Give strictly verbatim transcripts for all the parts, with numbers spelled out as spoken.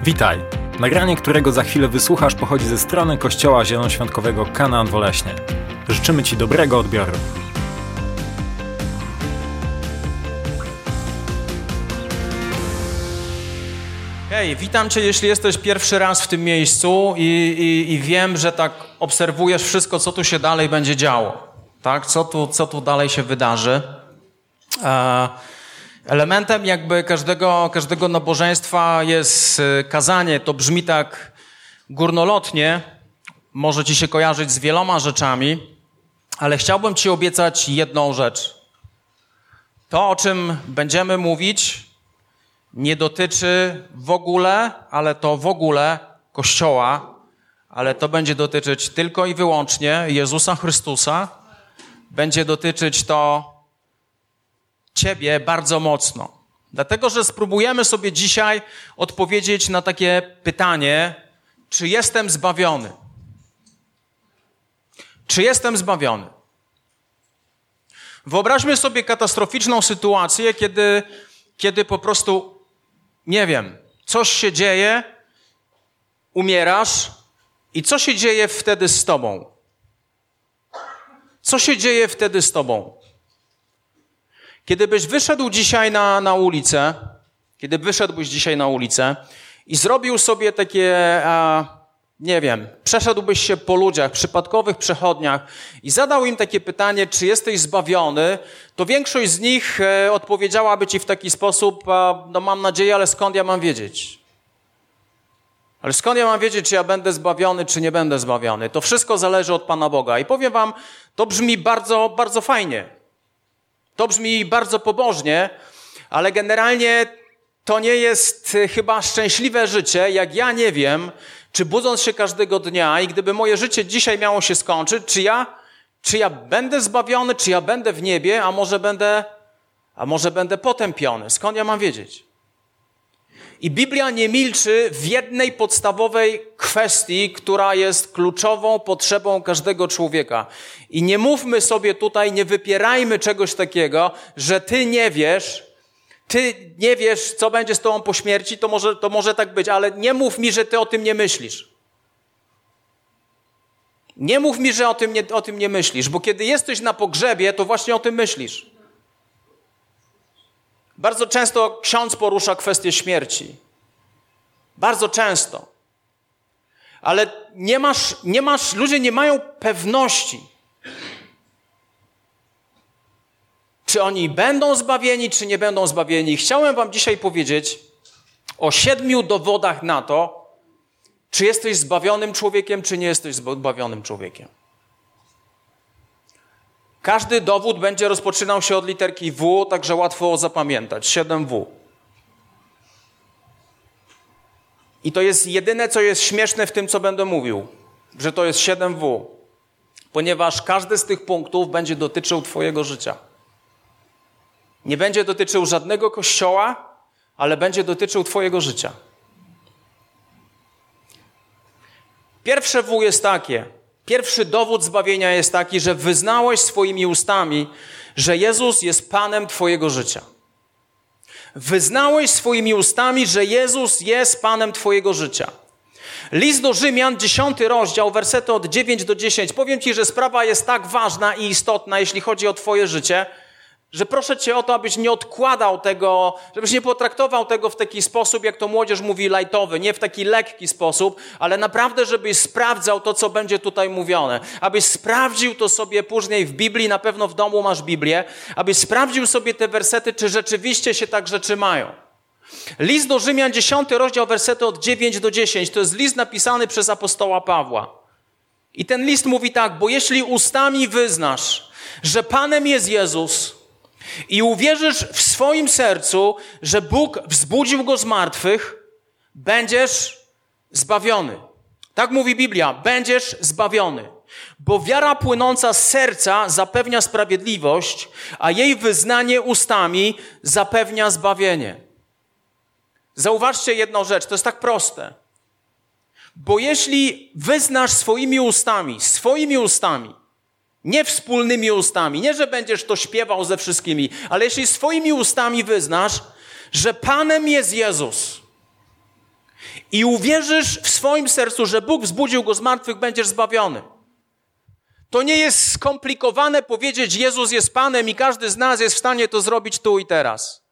Witaj! Nagranie, którego za chwilę wysłuchasz, pochodzi ze strony Kościoła Zielonoświątkowego Kanaan Woleśnie. Życzymy Ci dobrego odbioru. Hej, witam Cię, jeśli jesteś pierwszy raz w tym miejscu i, i, i wiem, że tak obserwujesz wszystko, co tu się dalej będzie działo. Tak? Co tu, co tu dalej się wydarzy. E, elementem jakby każdego, każdego nabożeństwa jest kazanie. To brzmi tak górnolotnie, może Ci się kojarzyć z wieloma rzeczami, ale chciałbym Ci obiecać jedną rzecz. To, o czym będziemy mówić, nie dotyczy w ogóle, ale to w ogóle Kościoła, ale to będzie dotyczyć tylko i wyłącznie Jezusa Chrystusa. Będzie dotyczyć to Ciebie bardzo mocno. Dlatego, że spróbujemy sobie dzisiaj odpowiedzieć na takie pytanie, czy jestem zbawiony? Czy jestem zbawiony? Wyobraźmy sobie katastroficzną sytuację, kiedy, kiedy po prostu, nie wiem, coś się dzieje, umierasz i co się dzieje wtedy z tobą? Co się dzieje wtedy z tobą? Kiedy byś wyszedł dzisiaj na, na ulicę, kiedy wyszedłbyś dzisiaj na ulicę i zrobił sobie takie, a, nie wiem, przeszedłbyś się po ludziach, przypadkowych przechodniach i zadał im takie pytanie, czy jesteś zbawiony, to większość z nich e, odpowiedziałaby ci w taki sposób, a, no mam nadzieję, ale skąd ja mam wiedzieć? Ale skąd ja mam wiedzieć, czy ja będę zbawiony, czy nie będę zbawiony? To wszystko zależy od Pana Boga. I powiem wam, to brzmi bardzo, bardzo fajnie. To brzmi bardzo pobożnie, ale generalnie to nie jest chyba szczęśliwe życie, jak ja nie wiem, czy budząc się każdego dnia i gdyby moje życie dzisiaj miało się skończyć, czy ja, czy ja będę zbawiony, czy ja będę w niebie, a może będę, a może będę potępiony. Skąd ja mam wiedzieć? I Biblia nie milczy w jednej podstawowej kwestii, która jest kluczową potrzebą każdego człowieka. I nie mówmy sobie tutaj, nie wypierajmy czegoś takiego, że ty nie wiesz, ty nie wiesz, co będzie z tobą po śmierci, to może, to może tak być, ale nie mów mi, że ty o tym nie myślisz. Nie mów mi, że o tym nie, o tym nie myślisz, bo kiedy jesteś na pogrzebie, to właśnie o tym myślisz. Bardzo często ksiądz porusza kwestię śmierci. Bardzo często. Ale nie masz, nie masz, ludzie nie mają pewności, czy oni będą zbawieni, czy nie będą zbawieni. Chciałem wam dzisiaj powiedzieć o siedmiu dowodach na to, czy jesteś zbawionym człowiekiem, czy nie jesteś zbawionym człowiekiem. Każdy dowód będzie rozpoczynał się od literki W, także łatwo zapamiętać. siedem W. I to jest jedyne, co jest śmieszne w tym, co będę mówił, że to jest siedem W, ponieważ każdy z tych punktów będzie dotyczył twojego życia. Nie będzie dotyczył żadnego kościoła, ale będzie dotyczył twojego życia. Pierwsze W jest takie. Pierwszy dowód zbawienia jest taki, że wyznałeś swoimi ustami, że Jezus jest Panem twojego życia. Wyznałeś swoimi ustami, że Jezus jest Panem twojego życia. List do Rzymian, dziesiąty rozdział, wersety od dziewięć do dziesięciu. Powiem ci, że sprawa jest tak ważna i istotna, jeśli chodzi o twoje życie, że proszę cię o to, abyś nie odkładał tego, żebyś nie potraktował tego w taki sposób, jak to młodzież mówi, lajtowy, nie w taki lekki sposób, ale naprawdę, żebyś sprawdzał to, co będzie tutaj mówione. Abyś sprawdził to sobie później w Biblii, na pewno w domu masz Biblię, abyś sprawdził sobie te wersety, czy rzeczywiście się tak rzeczy mają. List do Rzymian, dziesiąty rozdział, wersety od dziewięciu do dziesięciu. To jest list napisany przez apostoła Pawła. I ten list mówi tak, bo jeśli ustami wyznasz, że Panem jest Jezus, i uwierzysz w swoim sercu, że Bóg wzbudził Go z martwych, będziesz zbawiony. Tak mówi Biblia, będziesz zbawiony. Bo wiara płynąca z serca zapewnia sprawiedliwość, a jej wyznanie ustami zapewnia zbawienie. Zauważcie jedną rzecz, to jest tak proste. Bo jeśli wyznasz swoimi ustami, swoimi ustami, nie wspólnymi ustami, nie, że będziesz to śpiewał ze wszystkimi, ale jeśli swoimi ustami wyznasz, że Panem jest Jezus i uwierzysz w swoim sercu, że Bóg wzbudził go z martwych, będziesz zbawiony. To nie jest skomplikowane powiedzieć, Jezus jest Panem i każdy z nas jest w stanie to zrobić tu i teraz.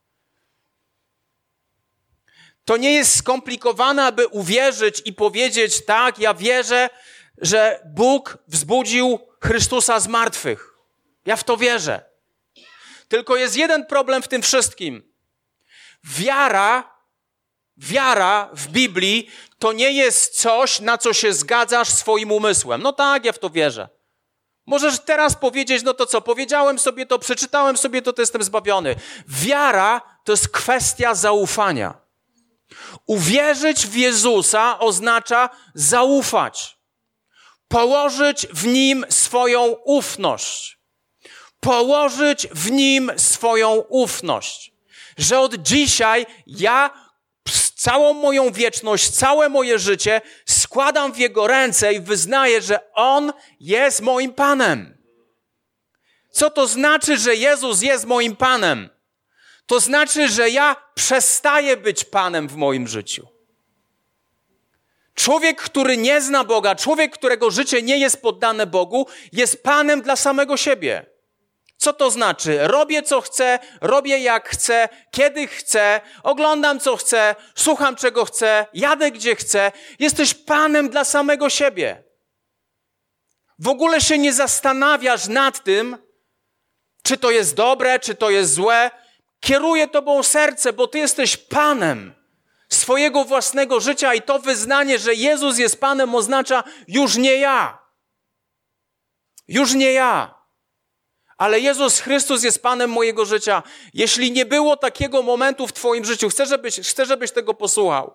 To nie jest skomplikowane, aby uwierzyć i powiedzieć, tak, ja wierzę, że Bóg wzbudził Chrystusa z martwych. Ja w to wierzę. Tylko jest jeden problem w tym wszystkim. Wiara, wiara w Biblii to nie jest coś, na co się zgadzasz swoim umysłem. No tak, ja w to wierzę. Możesz teraz powiedzieć, no to co, powiedziałem sobie to, przeczytałem sobie to, to jestem zbawiony. Wiara to jest kwestia zaufania. Uwierzyć w Jezusa oznacza zaufać. Położyć w Nim swoją ufność. Położyć w Nim swoją ufność. Że od dzisiaj ja całą moją wieczność, całe moje życie składam w Jego ręce i wyznaję, że On jest moim Panem. Co to znaczy, że Jezus jest moim Panem? To znaczy, że ja przestaję być Panem w moim życiu. Człowiek, który nie zna Boga, człowiek, którego życie nie jest poddane Bogu, jest Panem dla samego siebie. Co to znaczy? Robię co chcę, robię jak chcę, kiedy chcę, oglądam co chcę, słucham czego chcę, jadę gdzie chcę. Jesteś Panem dla samego siebie. W ogóle się nie zastanawiasz nad tym, czy to jest dobre, czy to jest złe. Kieruje tobą serce, bo ty jesteś Panem swojego własnego życia i to wyznanie, że Jezus jest Panem, oznacza już nie ja. Już nie ja. Ale Jezus Chrystus jest Panem mojego życia. Jeśli nie było takiego momentu w twoim życiu, chcę, żebyś, chcę, żebyś tego posłuchał.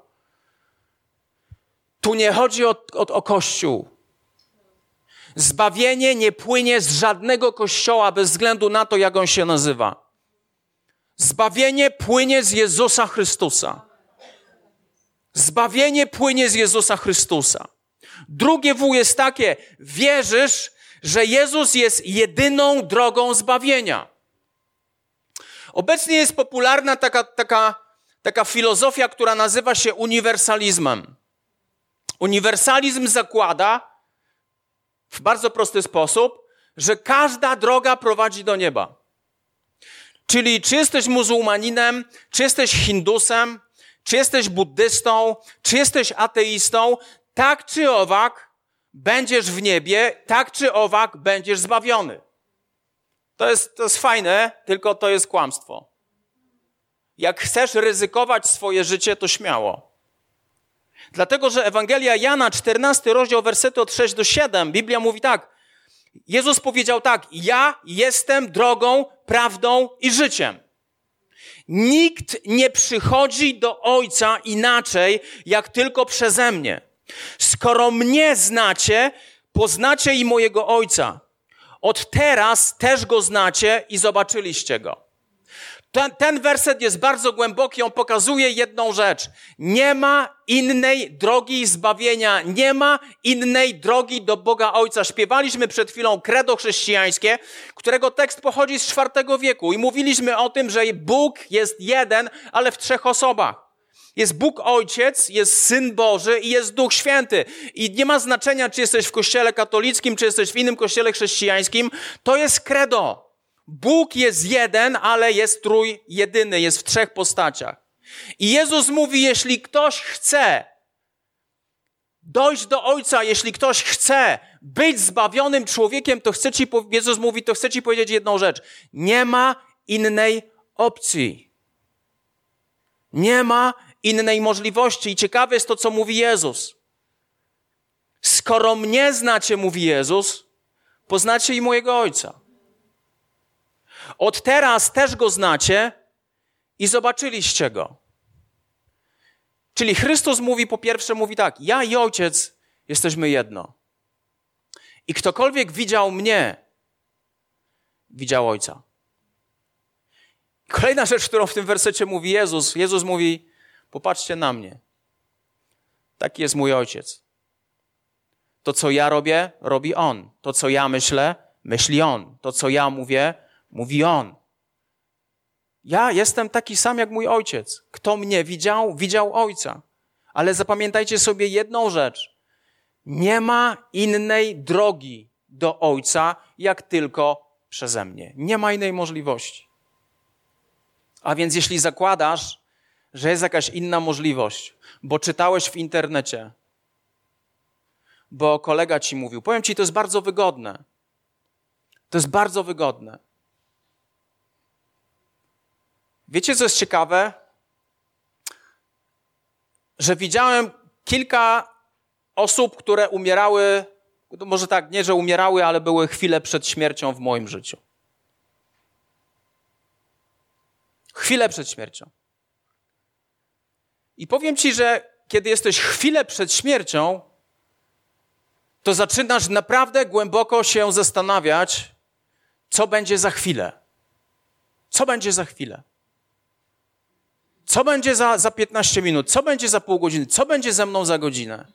Tu nie chodzi o, o, o Kościół. Zbawienie nie płynie z żadnego kościoła bez względu na to, jak on się nazywa. Zbawienie płynie z Jezusa Chrystusa. Zbawienie płynie z Jezusa Chrystusa. Drugie W jest takie, wierzysz, że Jezus jest jedyną drogą zbawienia. Obecnie jest popularna taka, taka, taka filozofia, która nazywa się uniwersalizmem. Uniwersalizm zakłada w bardzo prosty sposób, że każda droga prowadzi do nieba. Czyli czy jesteś muzułmaninem, czy jesteś hindusem, czy jesteś buddystą, czy jesteś ateistą, tak czy owak będziesz w niebie, tak czy owak będziesz zbawiony. To jest, to jest fajne, tylko to jest kłamstwo. Jak chcesz ryzykować swoje życie, to śmiało. Dlatego, że Ewangelia Jana, czternasty rozdział, wersety od sześć do siedem, Biblia mówi tak. Jezus powiedział tak, ja jestem drogą, prawdą i życiem. Nikt nie przychodzi do Ojca inaczej, jak tylko przeze mnie. Skoro mnie znacie, poznacie i mojego Ojca. Od teraz też Go znacie i zobaczyliście Go. Ten, ten werset jest bardzo głęboki, on pokazuje jedną rzecz. Nie ma innej drogi zbawienia, nie ma innej drogi do Boga Ojca. Śpiewaliśmy przed chwilą credo chrześcijańskie, którego tekst pochodzi z czwartego wieku i mówiliśmy o tym, że Bóg jest jeden, ale w trzech osobach. Jest Bóg Ojciec, jest Syn Boży i jest Duch Święty. I nie ma znaczenia, czy jesteś w kościele katolickim, czy jesteś w innym kościele chrześcijańskim. To jest credo. Bóg jest jeden, ale jest trójjedyny, jest w trzech postaciach. I Jezus mówi, jeśli ktoś chce dojść do Ojca, jeśli ktoś chce być zbawionym człowiekiem, to chce ci, Jezus mówi, to chce ci powiedzieć jedną rzecz. Nie ma innej opcji. Nie ma innej możliwości. I ciekawe jest to, co mówi Jezus. Skoro mnie znacie, mówi Jezus, poznacie i mojego Ojca. Od teraz też Go znacie i zobaczyliście Go. Czyli Chrystus mówi, po pierwsze mówi tak, ja i Ojciec jesteśmy jedno. I ktokolwiek widział mnie, widział Ojca. Kolejna rzecz, którą w tym wersecie mówi Jezus. Jezus mówi, popatrzcie na mnie. Taki jest mój Ojciec. To, co ja robię, robi On. To, co ja myślę, myśli On. To, co ja mówię, mówi On. Ja jestem taki sam jak mój Ojciec. Kto mnie widział, widział Ojca. Ale zapamiętajcie sobie jedną rzecz. Nie ma innej drogi do Ojca, jak tylko przeze mnie. Nie ma innej możliwości. A więc jeśli zakładasz, że jest jakaś inna możliwość, bo czytałeś w internecie, bo kolega ci mówił, powiem ci, to jest bardzo wygodne. To jest bardzo wygodne. Wiecie, co jest ciekawe? Że widziałem kilka osób, które umierały, może tak, nie, że umierały, ale były chwilę przed śmiercią w moim życiu. Chwilę przed śmiercią. I powiem ci, że kiedy jesteś chwilę przed śmiercią, to zaczynasz naprawdę głęboko się zastanawiać, co będzie za chwilę. Co będzie za chwilę? Co będzie za, za piętnaście minut? Co będzie za pół godziny? Co będzie ze mną za godzinę?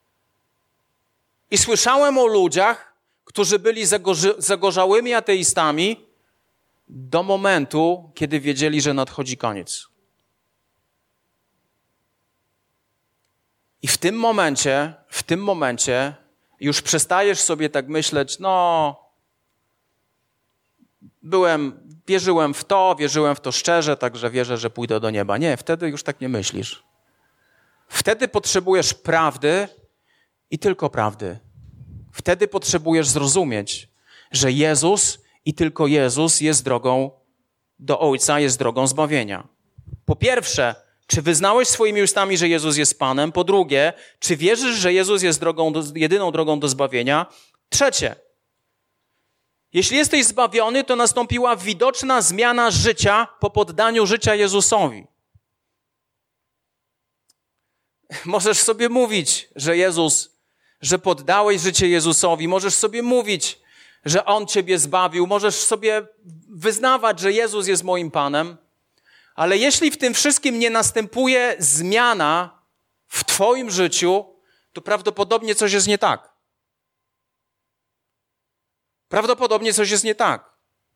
I słyszałem o ludziach, którzy byli zagorzy, zagorzałymi ateistami do momentu, kiedy wiedzieli, że nadchodzi koniec. I w tym momencie, w tym momencie już przestajesz sobie tak myśleć, no, byłem, wierzyłem w to, wierzyłem w to szczerze, także wierzę, że pójdę do nieba. Nie, wtedy już tak nie myślisz. Wtedy potrzebujesz prawdy i tylko prawdy. Wtedy potrzebujesz zrozumieć, że Jezus i tylko Jezus jest drogą do Ojca, jest drogą zbawienia. Po pierwsze, czy wyznałeś swoimi ustami, że Jezus jest Panem? Po drugie, czy wierzysz, że Jezus jest drogą do, jedyną drogą do zbawienia? Trzecie, jeśli jesteś zbawiony, to nastąpiła widoczna zmiana życia po poddaniu życia Jezusowi. Możesz sobie mówić, że Jezus, że poddałeś życie Jezusowi. Możesz sobie mówić, że On ciebie zbawił. Możesz sobie wyznawać, że Jezus jest moim Panem. Ale jeśli w tym wszystkim nie następuje zmiana w twoim życiu, to prawdopodobnie coś jest nie tak. Prawdopodobnie coś jest nie tak.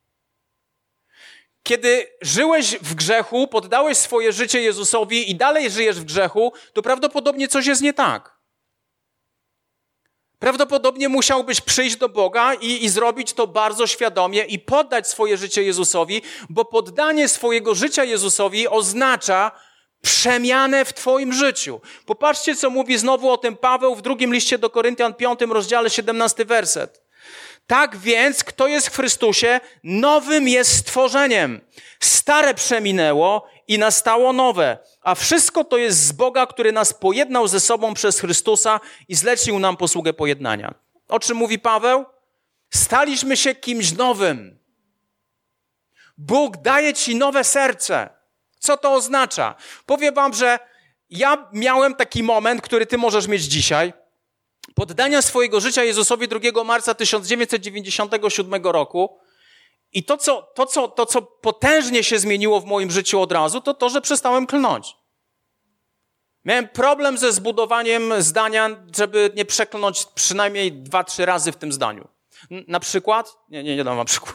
Kiedy żyłeś w grzechu, poddałeś swoje życie Jezusowi i dalej żyjesz w grzechu, to prawdopodobnie coś jest nie tak. Prawdopodobnie musiałbyś przyjść do Boga i, i zrobić to bardzo świadomie i poddać swoje życie Jezusowi, bo poddanie swojego życia Jezusowi oznacza przemianę w twoim życiu. Popatrzcie, co mówi znowu o tym Paweł w drugim liście do Koryntian, piątym rozdziale, siedemnasty werset. Tak więc, kto jest w Chrystusie, nowym jest stworzeniem. Stare przeminęło i nastało nowe. A wszystko to jest z Boga, który nas pojednał ze sobą przez Chrystusa i zlecił nam posługę pojednania. O czym mówi Paweł? Staliśmy się kimś nowym. Bóg daje ci nowe serce. Co to oznacza? Powiem wam, że ja miałem taki moment, który ty możesz mieć dzisiaj, poddania swojego życia Jezusowi drugiego marca tysiąc dziewięćset dziewięćdziesiątego siódmego roku. I to co, to, co, to, co potężnie się zmieniło w moim życiu od razu, to to, że przestałem klnąć. Miałem problem ze zbudowaniem zdania, żeby nie przeklnąć przynajmniej dwa, trzy razy w tym zdaniu. N- na przykład? Nie, nie, nie dam wam przykładu.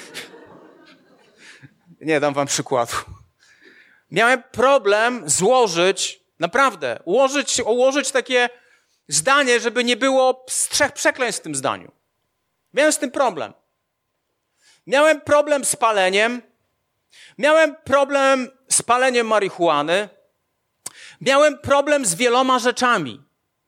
Nie dam wam przykładu. Miałem problem złożyć, naprawdę, ułożyć, ułożyć takie zdanie, żeby nie było z trzech przekleństw w tym zdaniu. Miałem z tym problem. Miałem problem z paleniem. Miałem problem z paleniem marihuany. Miałem problem z wieloma rzeczami.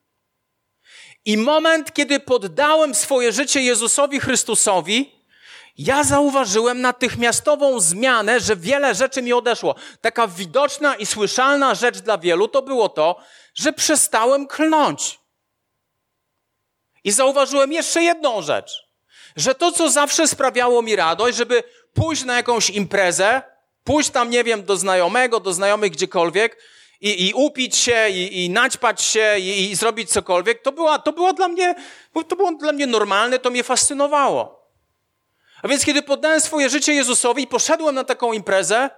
I moment, kiedy poddałem swoje życie Jezusowi Chrystusowi, ja zauważyłem natychmiastową zmianę, że wiele rzeczy mi odeszło. Taka widoczna i słyszalna rzecz dla wielu to było to, że przestałem klnąć. I zauważyłem jeszcze jedną rzecz, że to, co zawsze sprawiało mi radość, żeby pójść na jakąś imprezę, pójść tam, nie wiem, do znajomego, do znajomych gdziekolwiek i, i upić się, i, i naćpać się, i, i zrobić cokolwiek, to, była, to, było dla mnie, to było dla mnie normalne, to mnie fascynowało. A więc kiedy poddałem swoje życie Jezusowi i poszedłem na taką imprezę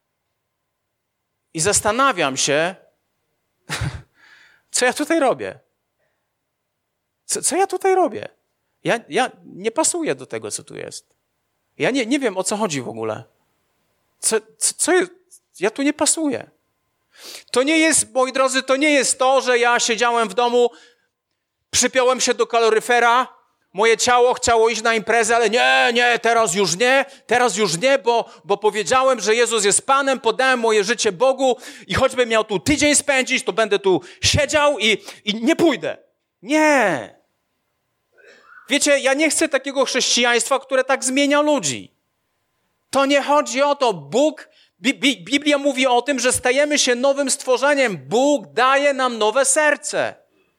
i zastanawiam się, co ja tutaj robię? Co, co ja tutaj robię? Ja, ja nie pasuję do tego, co tu jest. Ja nie, nie wiem, o co chodzi w ogóle. Co, co, co jest? Ja tu nie pasuję. To nie jest, moi drodzy, to nie jest to, że ja siedziałem w domu, przypiąłem się do kaloryfera, moje ciało chciało iść na imprezę, ale nie, nie, teraz już nie, teraz już nie, bo, bo powiedziałem, że Jezus jest Panem, poddałem moje życie Bogu i choćbym miał tu tydzień spędzić, to będę tu siedział i, i nie pójdę. Nie. Wiecie, ja nie chcę takiego chrześcijaństwa, które tak zmienia ludzi. To nie chodzi o to. Bóg, Bi- Bi- Biblia mówi o tym, że stajemy się nowym stworzeniem. Bóg daje nam nowe serce.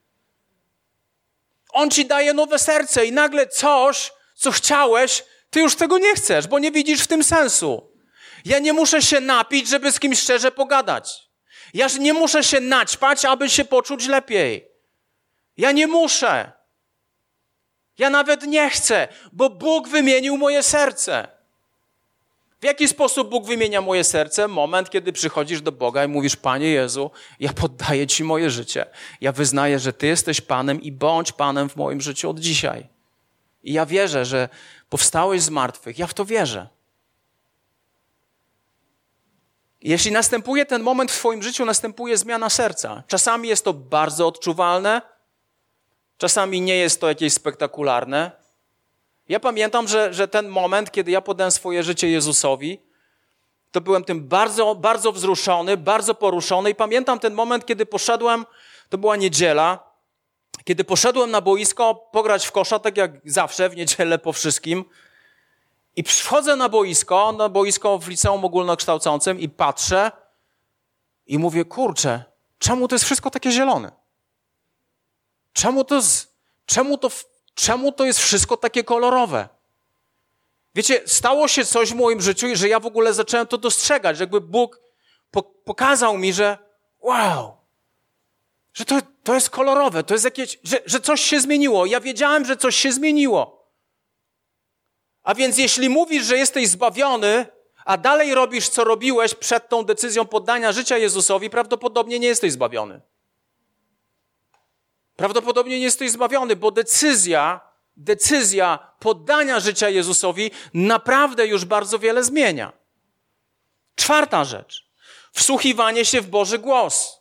On ci daje nowe serce i nagle coś, co chciałeś, ty już tego nie chcesz, bo nie widzisz w tym sensu. Ja nie muszę się napić, żeby z kimś szczerze pogadać. Ja nie muszę się naćpać, aby się poczuć lepiej. Ja nie muszę. Ja nawet nie chcę, bo Bóg wymienił moje serce. W jaki sposób Bóg wymienia moje serce? Moment, kiedy przychodzisz do Boga i mówisz: Panie Jezu, ja poddaję Ci moje życie. Ja wyznaję, że Ty jesteś Panem i bądź Panem w moim życiu od dzisiaj. I ja wierzę, że powstałeś z martwych. Ja w to wierzę. Jeśli następuje ten moment w Twoim życiu, następuje zmiana serca. Czasami jest to bardzo odczuwalne, czasami nie jest to jakieś spektakularne. Ja pamiętam, że, że ten moment, kiedy ja poddałem swoje życie Jezusowi, to byłem tym bardzo, bardzo wzruszony, bardzo poruszony i pamiętam ten moment, kiedy poszedłem, to była niedziela, kiedy poszedłem na boisko pograć w kosza, tak jak zawsze w niedzielę po wszystkim, i wchodzę na boisko, na boisko w liceum ogólnokształcącym i patrzę i mówię: kurczę, czemu to jest wszystko takie zielone? Czemu to, z, czemu to, czemu to jest wszystko takie kolorowe? Wiecie, stało się coś w moim życiu, że ja w ogóle zacząłem to dostrzegać, że jakby Bóg po, pokazał mi, że wow, że to, to jest kolorowe, to jest jakieś, że, że coś się zmieniło. Ja wiedziałem, że coś się zmieniło. A więc jeśli mówisz, że jesteś zbawiony, a dalej robisz, co robiłeś przed tą decyzją poddania życia Jezusowi, prawdopodobnie nie jesteś zbawiony. Prawdopodobnie nie jesteś zbawiony, bo decyzja, decyzja poddania życia Jezusowi naprawdę już bardzo wiele zmienia. Czwarta rzecz. Wsłuchiwanie się w Boży głos.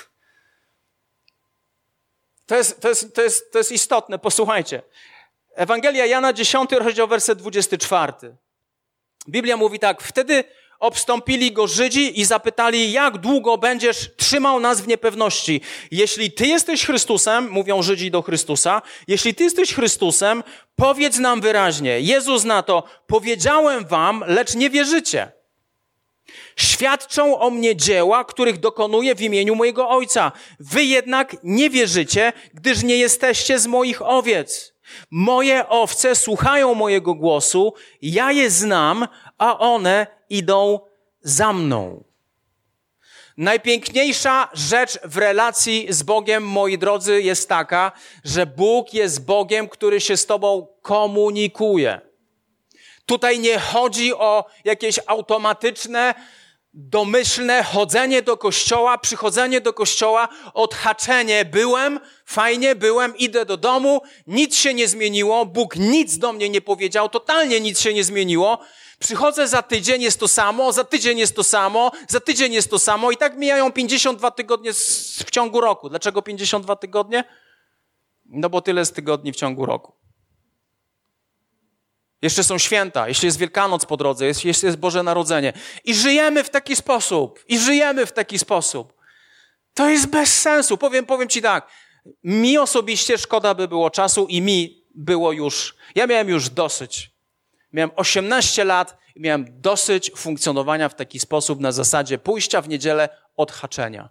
To jest, to jest, to jest, to jest istotne, posłuchajcie. Ewangelia Jana, dziesiąty rozdział, werset dwudziesty czwarty. Biblia mówi tak: wtedy obstąpili go Żydzi i zapytali: jak długo będziesz trzymał nas w niepewności? Jeśli Ty jesteś Chrystusem, mówią Żydzi do Chrystusa, jeśli Ty jesteś Chrystusem, powiedz nam wyraźnie. Jezus na to: powiedziałem wam, lecz nie wierzycie. Świadczą o mnie dzieła, których dokonuję w imieniu mojego Ojca. Wy jednak nie wierzycie, gdyż nie jesteście z moich owiec. Moje owce słuchają mojego głosu, ja je znam, a one idą za mną. Najpiękniejsza rzecz w relacji z Bogiem, moi drodzy, jest taka, że Bóg jest Bogiem, który się z tobą komunikuje. Tutaj nie chodzi o jakieś automatyczne, domyślne chodzenie do kościoła, przychodzenie do kościoła, odhaczenie: byłem, fajnie, byłem, idę do domu, nic się nie zmieniło, Bóg nic do mnie nie powiedział, totalnie nic się nie zmieniło. Przychodzę za tydzień, jest to samo, za tydzień jest to samo, za tydzień jest to samo i tak mijają pięćdziesiąt dwa tygodnie w ciągu roku. Dlaczego pięćdziesiąt dwa tygodnie? No bo tyle jest tygodni w ciągu roku. Jeszcze są święta, jeszcze jest Wielkanoc po drodze, jeszcze jest Boże Narodzenie. I żyjemy w taki sposób. I żyjemy w taki sposób. To jest bez sensu. Powiem, powiem ci tak. Mi osobiście szkoda by było czasu i mi było już... Ja miałem już dosyć. Miałem osiemnaście lat i miałem dosyć funkcjonowania w taki sposób na zasadzie pójścia w niedzielę, odhaczenia.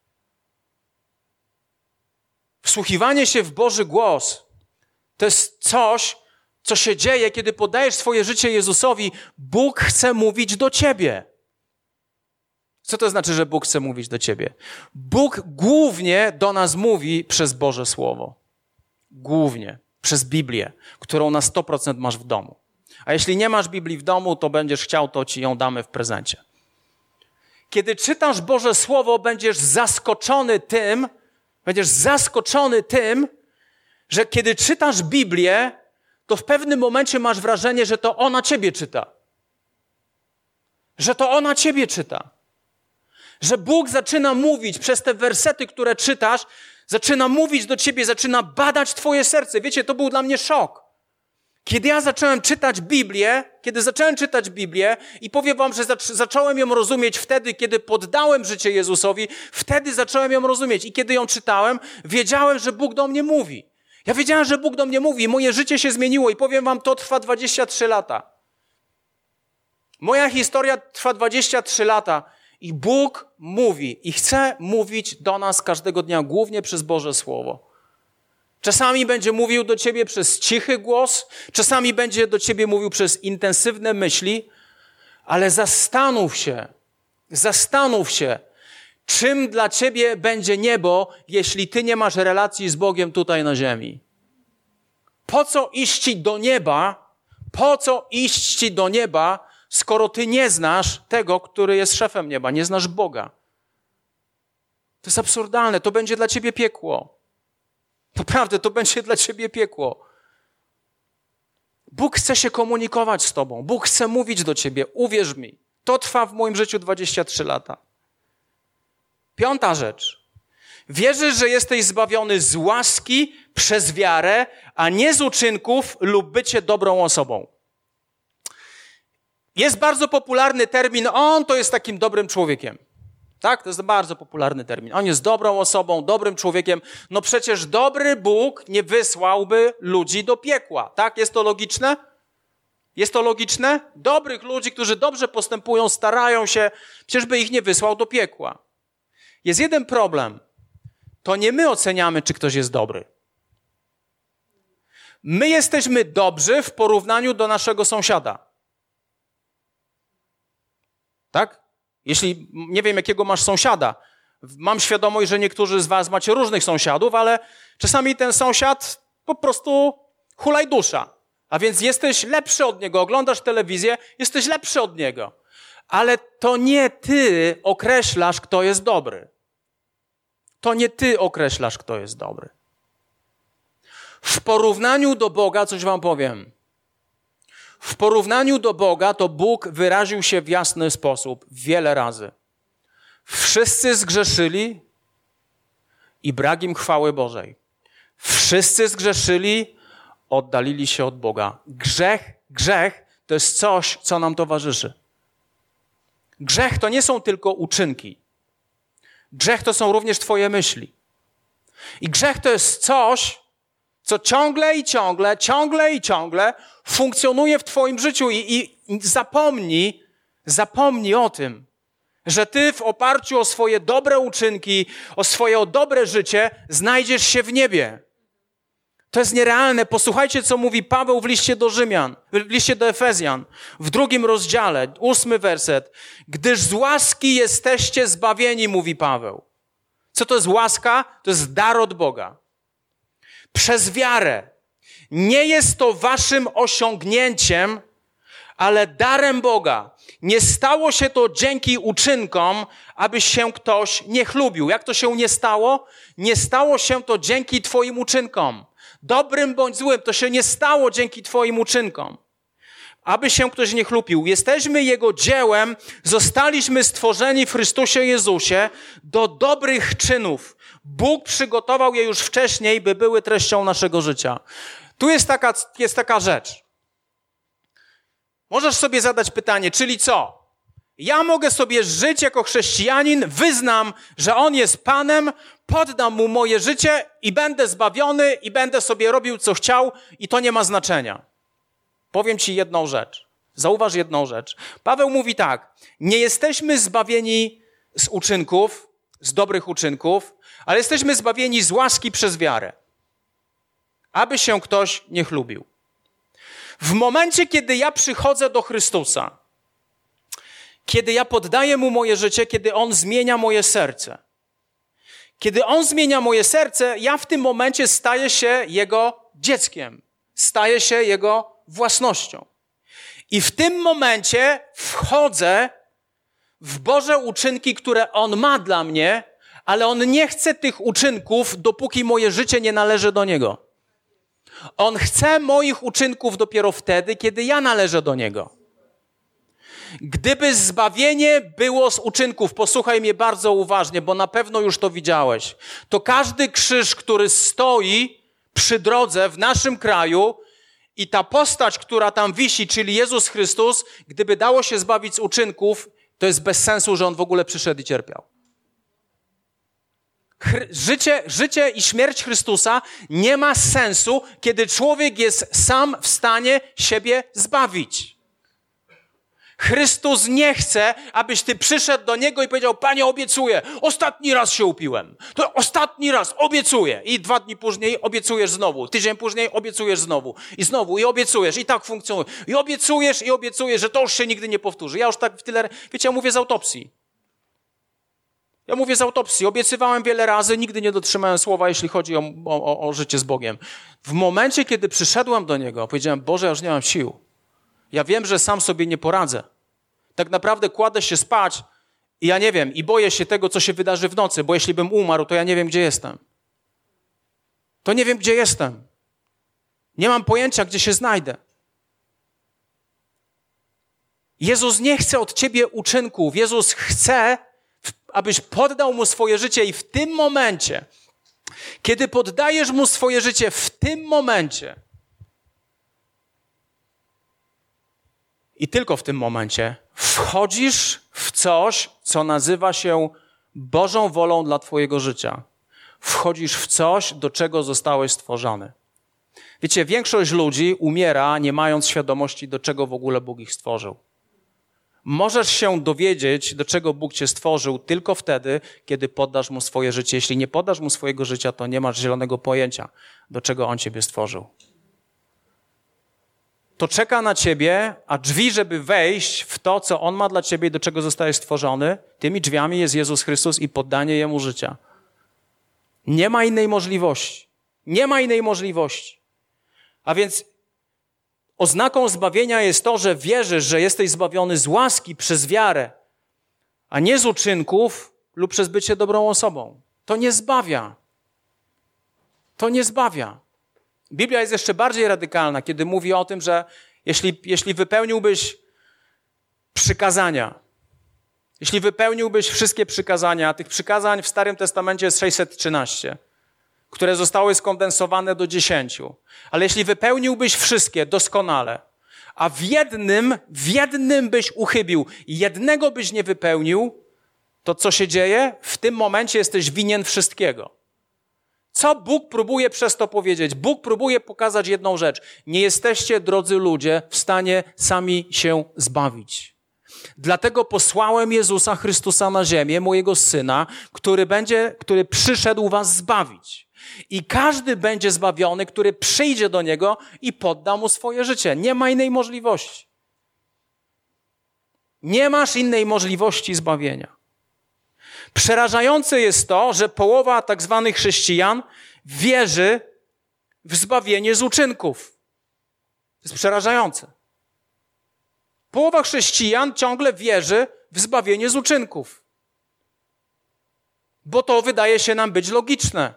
Wsłuchiwanie się w Boży głos to jest coś, co się dzieje, kiedy poddajesz swoje życie Jezusowi. Bóg chce mówić do ciebie. Co to znaczy, że Bóg chce mówić do ciebie? Bóg głównie do nas mówi przez Boże Słowo. Głównie. Przez Biblię, którą na sto procent masz w domu. A jeśli nie masz Biblii w domu, to będziesz chciał, to ci ją damy w prezencie. Kiedy czytasz Boże Słowo, będziesz zaskoczony tym, będziesz zaskoczony tym, że kiedy czytasz Biblię, to w pewnym momencie masz wrażenie, że to ona ciebie czyta. Że to ona ciebie czyta. Że Bóg zaczyna mówić przez te wersety, które czytasz, zaczyna mówić do ciebie, zaczyna badać twoje serce. Wiecie, to był dla mnie szok. Kiedy ja zacząłem czytać Biblię, kiedy zacząłem czytać Biblię i powiem wam, że zac- zacząłem ją rozumieć wtedy, kiedy poddałem życie Jezusowi, wtedy zacząłem ją rozumieć. I kiedy ją czytałem, wiedziałem, że Bóg do mnie mówi. Ja wiedziałem, że Bóg do mnie mówi. Moje życie się zmieniło i powiem wam, to trwa dwadzieścia trzy lata. Moja historia trwa dwadzieścia trzy lata i Bóg mówi i chce mówić do nas każdego dnia, głównie przez Boże Słowo. Czasami będzie mówił do ciebie przez cichy głos, czasami będzie do ciebie mówił przez intensywne myśli, ale zastanów się, zastanów się, czym dla ciebie będzie niebo, jeśli ty nie masz relacji z Bogiem tutaj na ziemi. Po co iść do nieba, po co iść do nieba, skoro ty nie znasz tego, który jest szefem nieba, nie znasz Boga. To jest absurdalne, to będzie dla ciebie piekło. Naprawdę, to będzie dla ciebie piekło. Bóg chce się komunikować z tobą. Bóg chce mówić do ciebie. Uwierz mi. To trwa w moim życiu dwadzieścia trzy lata. Piąta rzecz. Wierzysz, że jesteś zbawiony z łaski przez wiarę, a nie z uczynków lub bycie dobrą osobą. Jest bardzo popularny termin, on to jest takim dobrym człowiekiem. Tak? To jest bardzo popularny termin. On jest dobrą osobą, dobrym człowiekiem. No przecież dobry Bóg nie wysłałby ludzi do piekła. Tak? Jest to logiczne? Jest to logiczne? Dobrych ludzi, którzy dobrze postępują, starają się, przecież by ich nie wysłał do piekła. Jest jeden problem. To nie my oceniamy, czy ktoś jest dobry. My jesteśmy dobrzy w porównaniu do naszego sąsiada. Tak? Jeśli, nie wiem, jakiego masz sąsiada. Mam świadomość, że niektórzy z was macie różnych sąsiadów, ale czasami ten sąsiad po prostu hulajdusza. A więc jesteś lepszy od niego, oglądasz telewizję, jesteś lepszy od niego. Ale to nie ty określasz, kto jest dobry. To nie ty określasz, kto jest dobry. W porównaniu do Boga, coś wam powiem. W porównaniu do Boga to Bóg wyraził się w jasny sposób wiele razy. Wszyscy zgrzeszyli i brak im chwały Bożej. Wszyscy zgrzeszyli, oddalili się od Boga. Grzech, grzech to jest coś, co nam towarzyszy. Grzech to nie są tylko uczynki. Grzech to są również twoje myśli. I grzech to jest coś, co ciągle i ciągle, ciągle i ciągle funkcjonuje w twoim życiu i, i zapomnij, zapomnij o tym, że ty w oparciu o swoje dobre uczynki, o swoje dobre życie znajdziesz się w niebie. To jest nierealne. Posłuchajcie, co mówi Paweł w liście do Rzymian, w liście do Efezjan, w drugim rozdziale, ósmy werset. Gdyż z łaski jesteście zbawieni, mówi Paweł. Co to jest łaska? To jest dar od Boga. Przez wiarę. Nie jest to waszym osiągnięciem, ale darem Boga. Nie stało się to dzięki uczynkom, aby się ktoś nie chlubił. Jak to się nie stało? Nie stało się to dzięki twoim uczynkom. Dobrym bądź złym, to się nie stało dzięki twoim uczynkom. Aby się ktoś nie chlubił. Jesteśmy Jego dziełem, zostaliśmy stworzeni w Chrystusie Jezusie do dobrych czynów. Bóg przygotował je już wcześniej, by były treścią naszego życia. Tu jest taka, jest taka rzecz. Możesz sobie zadać pytanie, czyli co? Ja mogę sobie żyć jako chrześcijanin, wyznam, że On jest Panem, poddam Mu moje życie i będę zbawiony i będę sobie robił, co chciał i to nie ma znaczenia. Powiem ci jedną rzecz. Zauważ jedną rzecz. Paweł mówi tak, nie jesteśmy zbawieni z uczynków, z dobrych uczynków, ale jesteśmy zbawieni z łaski przez wiarę, aby się ktoś nie chlubił. W momencie, kiedy ja przychodzę do Chrystusa, kiedy ja poddaję Mu moje życie, kiedy On zmienia moje serce, kiedy On zmienia moje serce, ja w tym momencie staję się Jego dzieckiem, staję się Jego własnością. I w tym momencie wchodzę w Boże uczynki, które On ma dla mnie, ale On nie chce tych uczynków, dopóki moje życie nie należy do Niego. On chce moich uczynków dopiero wtedy, kiedy ja należę do Niego. Gdyby zbawienie było z uczynków, posłuchaj mnie bardzo uważnie, bo na pewno już to widziałeś, to każdy krzyż, który stoi przy drodze w naszym kraju i ta postać, która tam wisi, czyli Jezus Chrystus, gdyby dało się zbawić z uczynków, to jest bez sensu, że On w ogóle przyszedł i cierpiał. Życie, życie i śmierć Chrystusa nie ma sensu, kiedy człowiek jest sam w stanie siebie zbawić. Chrystus nie chce, abyś ty przyszedł do Niego i powiedział: Panie, obiecuję, ostatni raz się upiłem. To ostatni raz, obiecuję. I dwa dni później obiecujesz znowu. Tydzień później obiecujesz znowu. I znowu, i obiecujesz. I tak funkcjonuje. I obiecujesz, i obiecujesz, że to już się nigdy nie powtórzy. Ja już tak w tyle, wiecie, ja mówię z autopsji. Ja mówię z autopsji. Obiecywałem wiele razy, nigdy nie dotrzymałem słowa, jeśli chodzi o, o, o życie z Bogiem. W momencie, kiedy przyszedłem do Niego, powiedziałem: Boże, ja już nie mam sił. Ja wiem, że sam sobie nie poradzę. Tak naprawdę kładę się spać i ja nie wiem, i boję się tego, co się wydarzy w nocy, bo jeśli bym umarł, to ja nie wiem, gdzie jestem. To nie wiem, gdzie jestem. Nie mam pojęcia, gdzie się znajdę. Jezus nie chce od ciebie uczynków. Jezus chce, abyś poddał Mu swoje życie i w tym momencie, kiedy poddajesz Mu swoje życie, w tym momencie i tylko w tym momencie wchodzisz w coś, co nazywa się Bożą wolą dla twojego życia. Wchodzisz w coś, do czego zostałeś stworzony. Wiecie, większość ludzi umiera, nie mając świadomości, do czego w ogóle Bóg ich stworzył. Możesz się dowiedzieć, do czego Bóg cię stworzył tylko wtedy, kiedy poddasz Mu swoje życie. Jeśli nie poddasz Mu swojego życia, to nie masz zielonego pojęcia, do czego On ciebie stworzył. To czeka na ciebie, a drzwi, żeby wejść w to, co On ma dla ciebie i do czego zostałeś stworzony, tymi drzwiami jest Jezus Chrystus i poddanie Jemu życia. Nie ma innej możliwości. Nie ma innej możliwości. A więc oznaką zbawienia jest to, że wierzysz, że jesteś zbawiony z łaski przez wiarę, a nie z uczynków lub przez bycie dobrą osobą. To nie zbawia. To nie zbawia. Biblia jest jeszcze bardziej radykalna, kiedy mówi o tym, że jeśli, jeśli wypełniłbyś przykazania, jeśli wypełniłbyś wszystkie przykazania, a tych przykazań w Starym Testamencie jest sześćset trzynaście, które zostały skondensowane do dziesięciu, ale jeśli wypełniłbyś wszystkie doskonale, a w jednym, w jednym byś uchybił, jednego byś nie wypełnił, to co się dzieje? W tym momencie jesteś winien wszystkiego. Co Bóg próbuje przez to powiedzieć? Bóg próbuje pokazać jedną rzecz. Nie jesteście, drodzy ludzie, w stanie sami się zbawić. Dlatego posłałem Jezusa Chrystusa na ziemię, mojego Syna, który będzie, który przyszedł was zbawić. I każdy będzie zbawiony, który przyjdzie do Niego i podda Mu swoje życie. Nie ma innej możliwości. Nie masz innej możliwości zbawienia. Przerażające jest to, że połowa tak zwanych chrześcijan wierzy w zbawienie z uczynków. To jest przerażające. Połowa chrześcijan ciągle wierzy w zbawienie z uczynków. Bo to wydaje się nam być logiczne.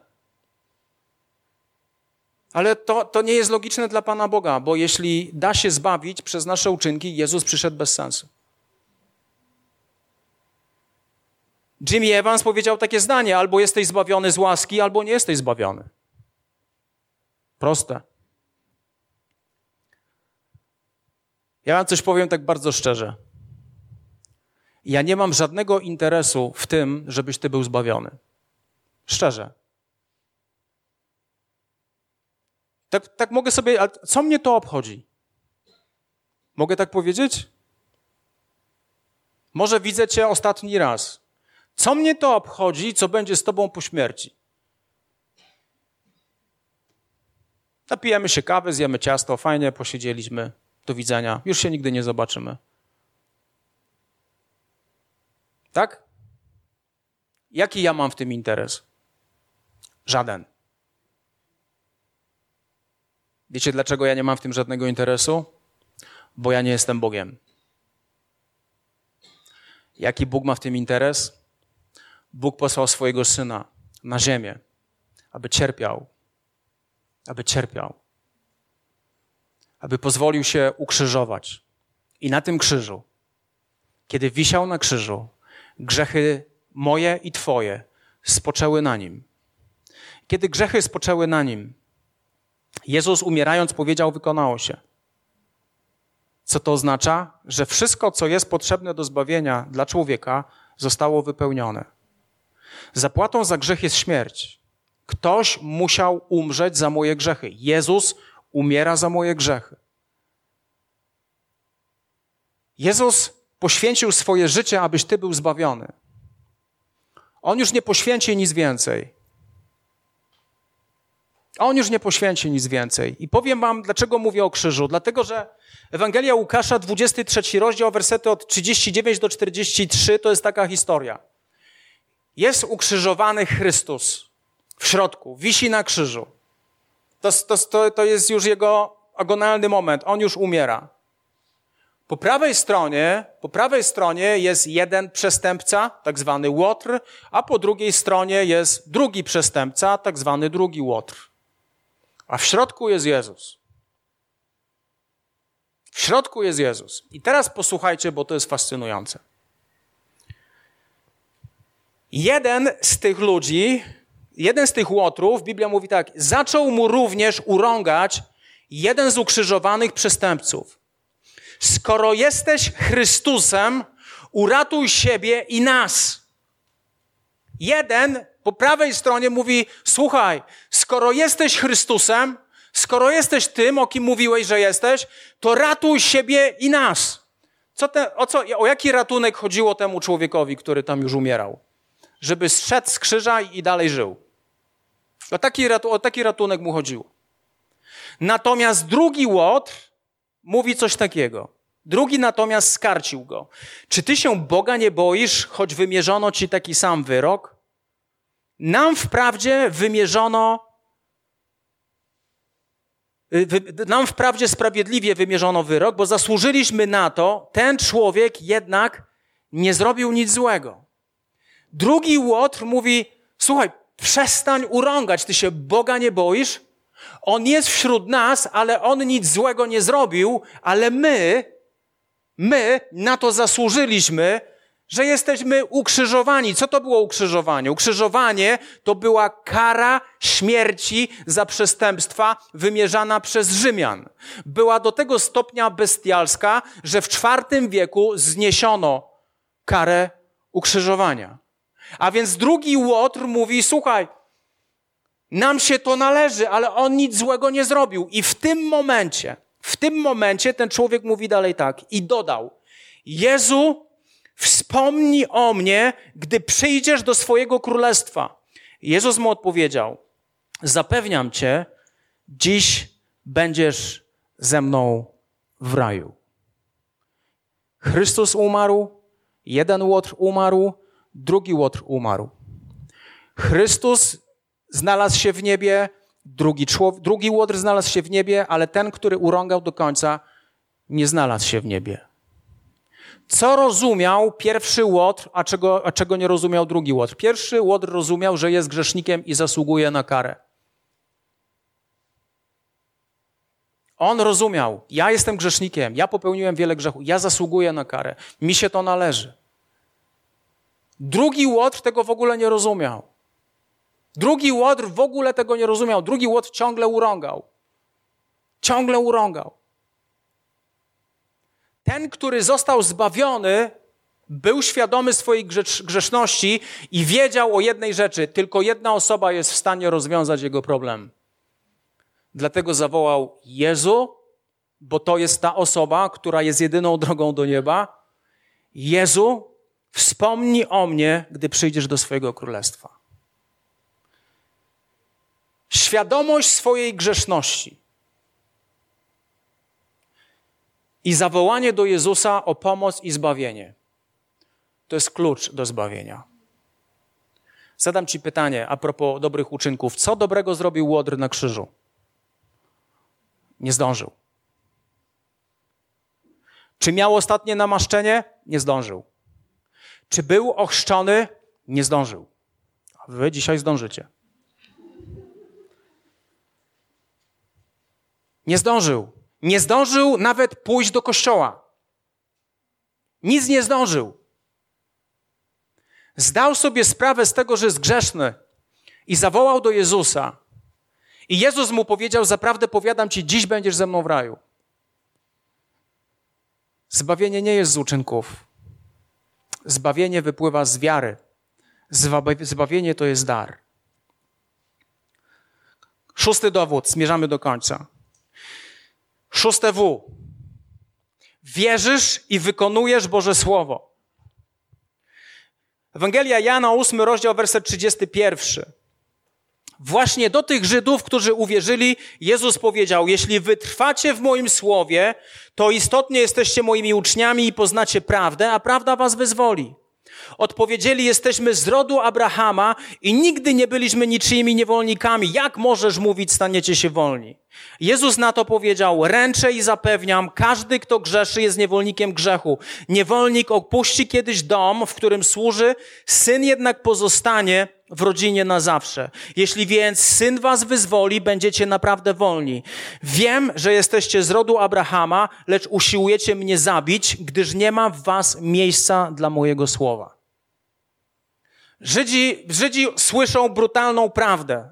Ale to, to nie jest logiczne dla Pana Boga, bo jeśli da się zbawić przez nasze uczynki, Jezus przyszedł bez sensu. Jimmy Evans powiedział takie zdanie: albo jesteś zbawiony z łaski, albo nie jesteś zbawiony. Proste. Ja wam coś powiem tak bardzo szczerze. Ja nie mam żadnego interesu w tym, żebyś ty był zbawiony. Szczerze. Tak, tak mogę sobie... Ale co mnie to obchodzi? Mogę tak powiedzieć? Może widzę cię ostatni raz. Co mnie to obchodzi, co będzie z tobą po śmierci? Napijemy się kawy, zjemy ciasto, fajnie, posiedzieliśmy, do widzenia, już się nigdy nie zobaczymy. Tak? Jaki ja mam w tym interes? Żaden. Wiecie, dlaczego ja nie mam w tym żadnego interesu? Bo ja nie jestem Bogiem. Jaki Bóg ma w tym interes? Bóg posłał swojego Syna na ziemię, aby cierpiał, aby cierpiał, aby pozwolił się ukrzyżować. I na tym krzyżu kiedy wisiał na krzyżu, grzechy moje i twoje spoczęły na nim. Kiedy grzechy spoczęły na nim, Jezus umierając powiedział, wykonało się. Co to oznacza? Że wszystko, co jest potrzebne do zbawienia dla człowieka, zostało wypełnione. Zapłatą za grzech jest śmierć. Ktoś musiał umrzeć za moje grzechy. Jezus umiera za moje grzechy. Jezus poświęcił swoje życie, abyś ty był zbawiony. On już nie poświęci nic więcej. On już nie poświęci nic więcej. I powiem wam, dlaczego mówię o krzyżu. Dlatego, że Ewangelia Łukasza, dwudziesty trzeci rozdział, wersety od trzydzieści dziewięć do czterdziestu trzech, to jest taka historia. Jest ukrzyżowany Chrystus w środku, wisi na krzyżu. To, to, to jest już jego agonalny moment. On już umiera. Po prawej stronie, po prawej stronie jest jeden przestępca, tak zwany Łotr, a po drugiej stronie jest drugi przestępca, tak zwany drugi Łotr. A w środku jest Jezus. W środku jest Jezus. I teraz posłuchajcie, bo to jest fascynujące. Jeden z tych ludzi, jeden z tych Łotrów, Biblia mówi tak, zaczął mu również urągać jeden z ukrzyżowanych przestępców. Skoro jesteś Chrystusem, uratuj siebie i nas. Jeden po prawej stronie mówi, słuchaj, skoro jesteś Chrystusem, skoro jesteś tym, o kim mówiłeś, że jesteś, to ratuj siebie i nas. Co te, o, co, o jaki ratunek chodziło temu człowiekowi, który tam już umierał? Żeby zszedł z krzyża i dalej żył. O taki, ratu, o taki ratunek mu chodziło. Natomiast drugi Łotr mówi coś takiego. Drugi natomiast skarcił go. Czy ty się Boga nie boisz, choć wymierzono ci taki sam wyrok? Nam wprawdzie wymierzono, wy, nam wprawdzie sprawiedliwie wymierzono wyrok, bo zasłużyliśmy na to, ten człowiek jednak nie zrobił nic złego. Drugi Łotr mówi, słuchaj, przestań urągać, ty się Boga nie boisz? On jest wśród nas, ale on nic złego nie zrobił, ale my, my na to zasłużyliśmy, że jesteśmy ukrzyżowani. Co to było ukrzyżowanie? Ukrzyżowanie to była kara śmierci za przestępstwa wymierzana przez Rzymian. Była do tego stopnia bestialska, że w czwartym wieku zniesiono karę ukrzyżowania. A więc drugi Łotr mówi, słuchaj, nam się to należy, ale on nic złego nie zrobił. I w tym momencie, w tym momencie ten człowiek mówi dalej tak i dodał, Jezu, wspomnij o mnie, gdy przyjdziesz do swojego królestwa. Jezus mu odpowiedział, zapewniam cię, dziś będziesz ze mną w raju. Chrystus umarł, jeden Łotr umarł, drugi Łotr umarł. Chrystus znalazł się w niebie, drugi, człowiek, drugi Łotr znalazł się w niebie, ale ten, który urągał do końca, nie znalazł się w niebie. Co rozumiał pierwszy Łotr, a czego, a czego nie rozumiał drugi Łotr? Pierwszy Łotr rozumiał, że jest grzesznikiem i zasługuje na karę. On rozumiał, ja jestem grzesznikiem, ja popełniłem wiele grzechów, ja zasługuję na karę, mi się to należy. Drugi Łotr tego w ogóle nie rozumiał. Drugi Łotr w ogóle tego nie rozumiał. Drugi Łotr ciągle urągał. Ciągle urągał. Ten, który został zbawiony, był świadomy swojej grzeszności i wiedział o jednej rzeczy. Tylko jedna osoba jest w stanie rozwiązać jego problem. Dlatego zawołał Jezu, bo to jest ta osoba, która jest jedyną drogą do nieba. Jezu, wspomnij o mnie, gdy przyjdziesz do swojego królestwa. Świadomość swojej grzeszności i zawołanie do Jezusa o pomoc i zbawienie. To jest klucz do zbawienia. Zadam ci pytanie a propos dobrych uczynków. Co dobrego zrobił Łotr na krzyżu? Nie zdążył. Czy miał ostatnie namaszczenie? Nie zdążył. Czy był ochrzczony? Nie zdążył. A wy dzisiaj zdążycie. Nie zdążył. Nie zdążył nawet pójść do kościoła. Nic nie zdążył. Zdał sobie sprawę z tego, że jest grzeszny i zawołał do Jezusa. I Jezus mu powiedział, zaprawdę powiadam ci, dziś będziesz ze mną w raju. Zbawienie nie jest z uczynków. Zbawienie wypływa z wiary. Zbawienie to jest dar. Szósty dowód, zmierzamy do końca. Szóste W. Wierzysz i wykonujesz Boże Słowo. Ewangelia Jana, ósmy rozdział, werset trzydziesty pierwszy. Właśnie do tych Żydów, którzy uwierzyli, Jezus powiedział, jeśli wytrwacie w moim słowie, to istotnie jesteście moimi uczniami i poznacie prawdę, a prawda was wyzwoli. Odpowiedzieli, jesteśmy z rodu Abrahama i nigdy nie byliśmy niczyimi niewolnikami. Jak możesz mówić, staniecie się wolni? Jezus na to powiedział, ręczę i zapewniam, każdy, kto grzeszy, jest niewolnikiem grzechu. Niewolnik opuści kiedyś dom, w którym służy, syn jednak pozostanie w rodzinie na zawsze. Jeśli więc syn was wyzwoli, będziecie naprawdę wolni. Wiem, że jesteście z rodu Abrahama, lecz usiłujecie mnie zabić, gdyż nie ma w was miejsca dla mojego słowa. Żydzi, Żydzi słyszą brutalną prawdę,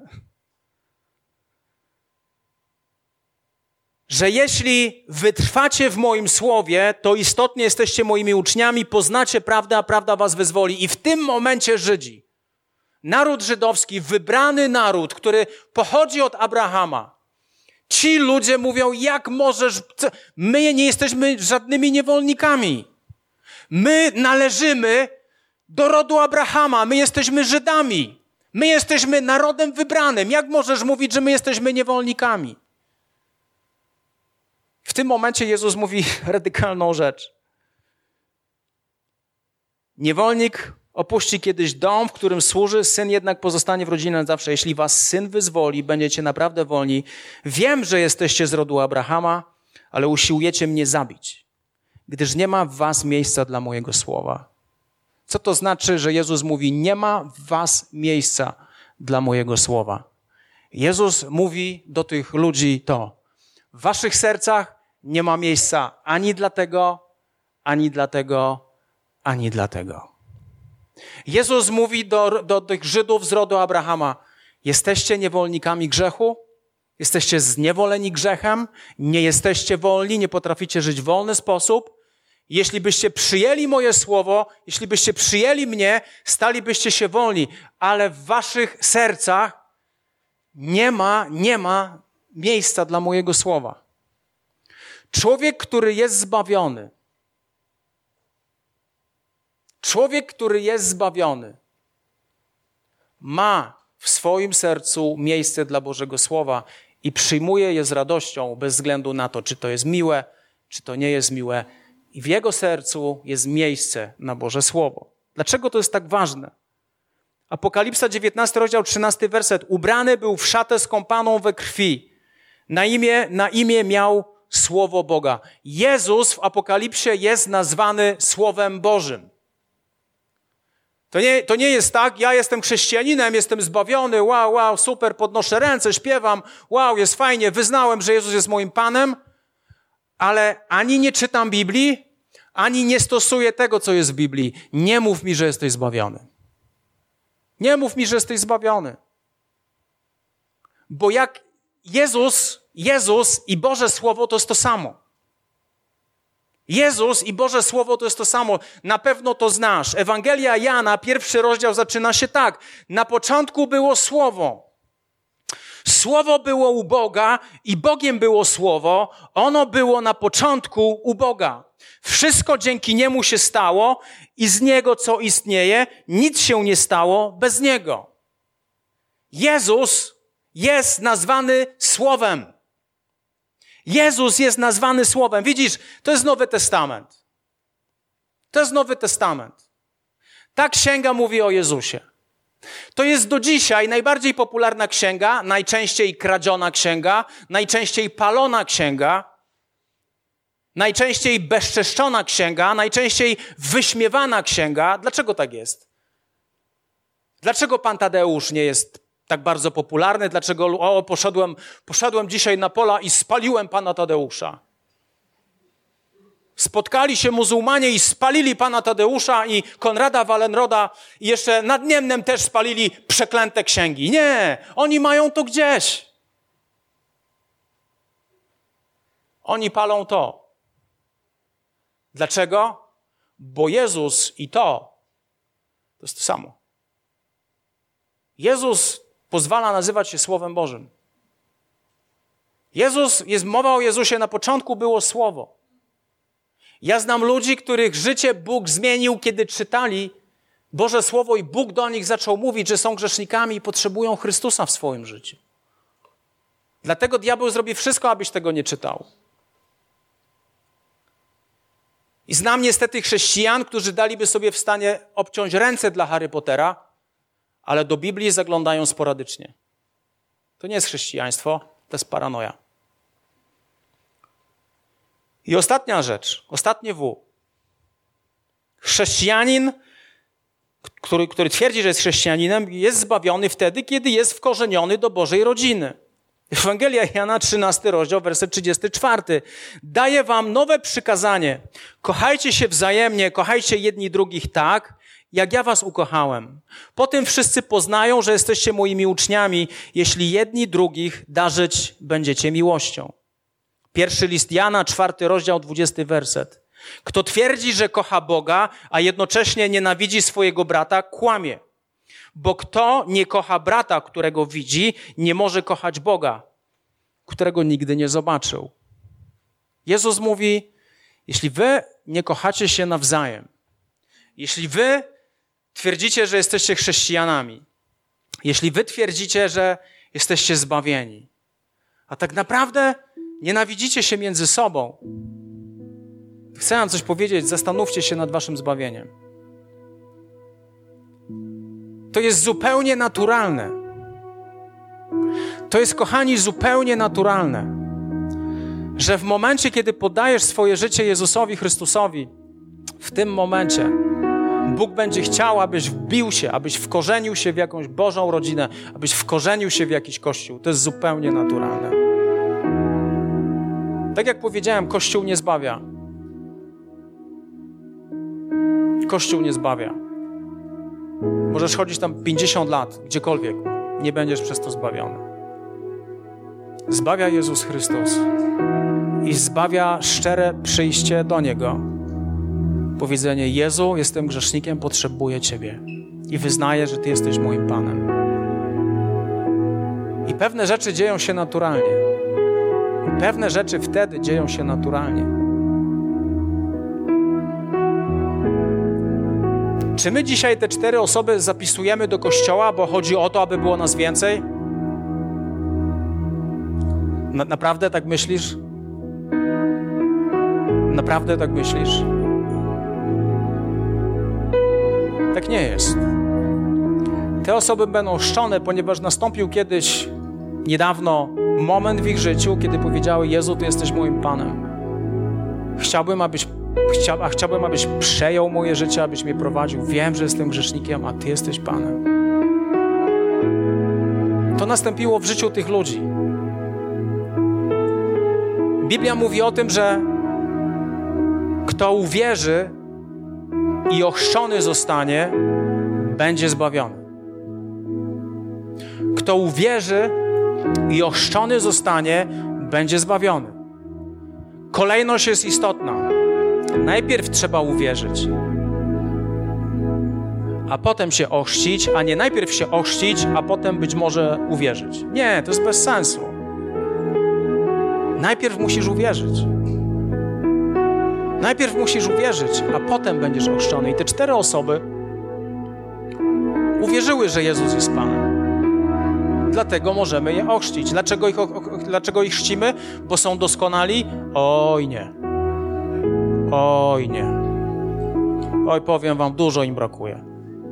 że jeśli wytrwacie w moim słowie, to istotnie jesteście moimi uczniami, poznacie prawdę, a prawda was wyzwoli. I w tym momencie Żydzi, naród żydowski, wybrany naród, który pochodzi od Abrahama, ci ludzie mówią, jak możesz, my nie jesteśmy żadnymi niewolnikami. My należymy do rodu Abrahama, my jesteśmy Żydami. My jesteśmy narodem wybranym. Jak możesz mówić, że my jesteśmy niewolnikami? W tym momencie Jezus mówi radykalną rzecz. Niewolnik opuści kiedyś dom, w którym służy, syn jednak pozostanie w rodzinie na zawsze. Jeśli was syn wyzwoli, będziecie naprawdę wolni. Wiem, że jesteście z rodu Abrahama, ale usiłujecie mnie zabić, gdyż nie ma w was miejsca dla mojego słowa. Co to znaczy, że Jezus mówi, nie ma w was miejsca dla mojego słowa? Jezus mówi do tych ludzi to, w waszych sercach nie ma miejsca ani dla tego, ani dla tego, ani dla tego. Jezus mówi do, do tych Żydów z rodu Abrahama, jesteście niewolnikami grzechu, jesteście zniewoleni grzechem, nie jesteście wolni, nie potraficie żyć w wolny sposób. Jeśli byście przyjęli moje słowo, jeśli byście przyjęli mnie, stalibyście się wolni, ale w waszych sercach nie ma, nie ma miejsca dla mojego słowa. Człowiek, który jest zbawiony, człowiek, który jest zbawiony, ma w swoim sercu miejsce dla Bożego Słowa i przyjmuje je z radością, bez względu na to, czy to jest miłe, czy to nie jest miłe. I w jego sercu jest miejsce na Boże Słowo. Dlaczego to jest tak ważne? Apokalipsa dziewiętnasty rozdział, trzynasty werset. Ubrany był w szatę skąpaną we krwi. Na imię, na imię miał Słowo Boga. Jezus w Apokalipsie jest nazwany Słowem Bożym. To nie, to nie jest tak, ja jestem chrześcijaninem, jestem zbawiony, wow, wow, super, podnoszę ręce, śpiewam, wow, jest fajnie, wyznałem, że Jezus jest moim Panem, ale ani nie czytam Biblii, ani nie stosuję tego, co jest w Biblii. Nie mów mi, że jesteś zbawiony. Nie mów mi, że jesteś zbawiony. Bo jak Jezus, Jezus i Boże Słowo to jest to samo. Jezus i Boże Słowo to jest to samo. Na pewno to znasz. Ewangelia Jana, pierwszy rozdział zaczyna się tak. Na początku było Słowo. Słowo było u Boga i Bogiem było Słowo. Ono było na początku u Boga. Wszystko dzięki Niemu się stało i z Niego, co istnieje, nic się nie stało bez Niego. Jezus jest nazwany Słowem. Jezus jest nazwany Słowem. Widzisz, to jest Nowy Testament. To jest Nowy Testament. Ta księga mówi o Jezusie. To jest do dzisiaj najbardziej popularna księga, najczęściej kradziona księga, najczęściej palona księga, najczęściej bezczeszczona księga, najczęściej wyśmiewana księga. Dlaczego tak jest? Dlaczego Pan Tadeusz nie jest tak bardzo popularny? Dlaczego o, poszedłem, poszedłem dzisiaj na pola i spaliłem Pana Tadeusza? spotkali się muzułmanie i spalili pana Tadeusza i Konrada Wallenroda i jeszcze nad Niemnem też spalili przeklęte księgi. Nie, oni mają to gdzieś. Oni palą to. Dlaczego? Bo Jezus i to to jest to samo. Jezus pozwala nazywać się Słowem Bożym. Jezus, jest mowa o Jezusie, na początku było Słowo. Ja znam ludzi, których życie Bóg zmienił, kiedy czytali Boże Słowo i Bóg do nich zaczął mówić, że są grzesznikami i potrzebują Chrystusa w swoim życiu. Dlatego diabeł zrobi wszystko, abyś tego nie czytał. I znam niestety chrześcijan, którzy daliby sobie w stanie obciąć ręce dla Harry Pottera, ale do Biblii zaglądają sporadycznie. To nie jest chrześcijaństwo, to jest paranoja. I ostatnia rzecz, ostatnie W. Chrześcijanin, który, który twierdzi, że jest chrześcijaninem, jest zbawiony wtedy, kiedy jest wkorzeniony do Bożej rodziny. Ewangelia Jana, trzynasty rozdział, werset trzydziesty czwarty. Daję wam nowe przykazanie. Kochajcie się wzajemnie, kochajcie jedni drugich tak, jak ja was ukochałem. Potem wszyscy poznają, że jesteście moimi uczniami, jeśli jedni drugich darzyć będziecie miłością. Pierwszy list Jana, czwarty rozdział, dwudziesty werset. Kto twierdzi, że kocha Boga, a jednocześnie nienawidzi swojego brata, kłamie. Bo kto nie kocha brata, którego widzi, nie może kochać Boga, którego nigdy nie zobaczył. Jezus mówi, jeśli wy nie kochacie się nawzajem, jeśli wy twierdzicie, że jesteście chrześcijanami, jeśli wy twierdzicie, że jesteście zbawieni, a tak naprawdę nienawidzicie się między sobą, chcę wam coś powiedzieć, zastanówcie się nad waszym zbawieniem. To jest zupełnie naturalne. To jest, kochani, zupełnie naturalne, że w momencie, kiedy poddajesz swoje życie Jezusowi Chrystusowi, w tym momencie Bóg będzie chciał, abyś wbił się, abyś wkorzenił się w jakąś Bożą rodzinę, abyś wkorzenił się w jakiś Kościół. To jest zupełnie naturalne. Tak jak powiedziałem, Kościół nie zbawia. Kościół nie zbawia. Możesz chodzić tam pięćdziesiąt lat, gdziekolwiek. Nie będziesz przez to zbawiony. Zbawia Jezus Chrystus i zbawia szczere przyjście do Niego. Powiedzenie: Jezu, jestem grzesznikiem, potrzebuję Ciebie. I wyznaję, że Ty jesteś moim Panem. I pewne rzeczy dzieją się naturalnie. Pewne rzeczy wtedy dzieją się naturalnie. Czy my dzisiaj te cztery osoby zapisujemy do kościoła, bo chodzi o to, aby było nas więcej? Na, naprawdę tak myślisz? Naprawdę tak myślisz? Tak nie jest. Te osoby będą chrzczone, ponieważ nastąpił kiedyś, niedawno, moment w ich życiu, kiedy powiedziały: Jezu, Ty jesteś moim Panem. Chciałbym, abyś Chcia, a chciałbym, abyś przejął moje życie, abyś mnie prowadził. Wiem, że jestem grzesznikiem, a Ty jesteś Panem. To nastąpiło w życiu tych ludzi. Biblia mówi o tym, że kto uwierzy i ochrzczony zostanie, będzie zbawiony. Kto uwierzy i ochrzczony zostanie, będzie zbawiony. Kolejność jest istotna. Najpierw trzeba uwierzyć, a potem się ochrzcić, a nie najpierw się ochrzcić, a potem być może uwierzyć. Nie, to jest bez sensu. Najpierw musisz uwierzyć. Najpierw musisz uwierzyć, a potem będziesz ochrzczony. I te cztery osoby uwierzyły, że Jezus jest Panem. Dlatego możemy je ochrzcić. Dlaczego ich, dlaczego ich chrzcimy? Bo są doskonali? Oj nie. Oj nie. Oj, powiem wam, dużo im brakuje.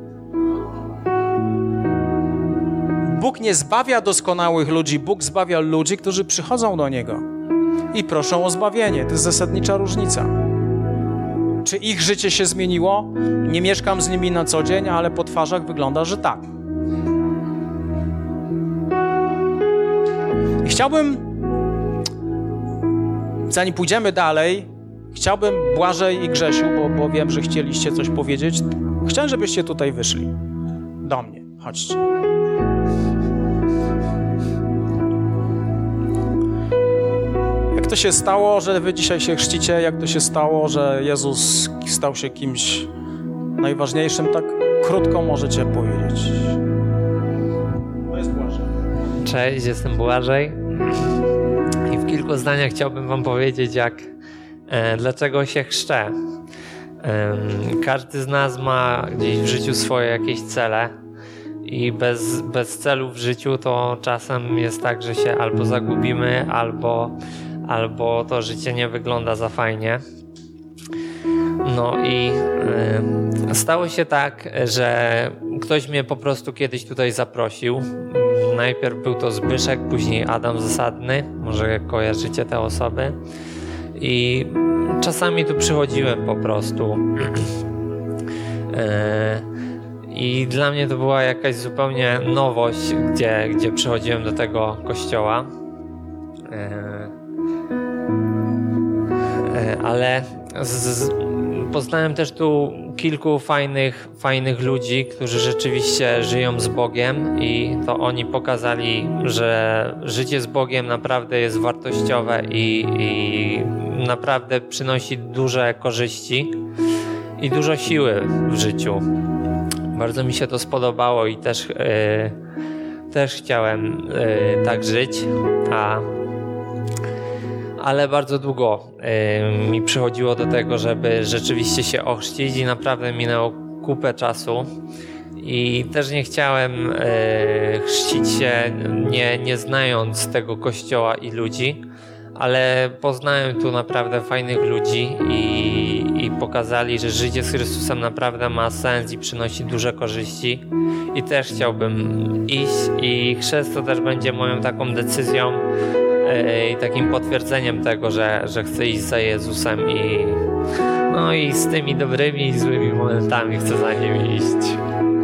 Bóg nie zbawia doskonałych ludzi, Bóg zbawia ludzi, którzy przychodzą do Niego i proszą o zbawienie. To jest zasadnicza różnica. Czy ich życie się zmieniło? Nie mieszkam z nimi na co dzień, ale po twarzach wygląda, że tak. I chciałbym, zanim pójdziemy dalej, chciałbym, Błażej i Grzesiu, bo, bo wiem, że chcieliście coś powiedzieć, chciałem, żebyście tutaj wyszli. Do mnie. Chodźcie. Jak to się stało, że wy dzisiaj się chrzcicie? Jak to się stało, że Jezus stał się kimś najważniejszym? Tak krótko możecie powiedzieć. To jest Błażej. Cześć, jestem Błażej i w kilku zdaniach chciałbym wam powiedzieć, jak, e, dlaczego się chrzczę. E, każdy z nas ma gdzieś w życiu swoje jakieś cele i bez, bez celu w życiu to czasem jest tak, że się albo zagubimy, albo, albo to życie nie wygląda za fajnie. No i y, stało się tak, że ktoś mnie po prostu kiedyś tutaj zaprosił. Najpierw był to Zbyszek, później Adam Zasadny. Może kojarzycie te osoby. I czasami tu przychodziłem po prostu. y, I dla mnie to była jakaś zupełnie nowość, gdzie, gdzie przychodziłem do tego kościoła. Y, y, ale z, z, Poznałem też tu kilku fajnych, fajnych ludzi, którzy rzeczywiście żyją z Bogiem i to oni pokazali, że życie z Bogiem naprawdę jest wartościowe i, i naprawdę przynosi duże korzyści i dużo siły w życiu. Bardzo mi się to spodobało i też, yy, też chciałem yy, tak żyć, a ale bardzo długo y, mi przychodziło do tego, żeby rzeczywiście się ochrzcić i naprawdę minęło kupę czasu i też nie chciałem y, chrzcić się nie, nie znając tego kościoła i ludzi, ale poznałem tu naprawdę fajnych ludzi i, i pokazali, że życie z Chrystusem naprawdę ma sens i przynosi duże korzyści i też chciałbym iść i chrzest to też będzie moją taką decyzją i takim potwierdzeniem tego, że, że chcę iść za Jezusem i, no i z tymi dobrymi i złymi momentami chcę za Nim iść.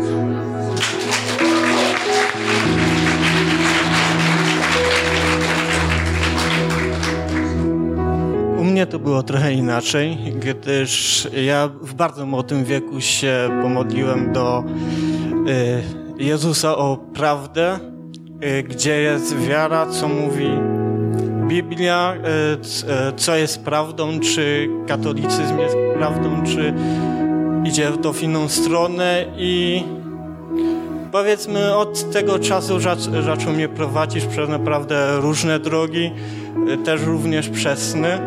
U mnie to było trochę inaczej, gdyż ja w bardzo młodym wieku się pomodliłem do y, Jezusa o prawdę, y, gdzie jest wiara, co mówi Biblia, co jest prawdą, czy katolicyzm jest prawdą, czy idzie w to w inną stronę i powiedzmy od tego czasu zaczął mnie prowadzić przez naprawdę różne drogi, też również przez sny.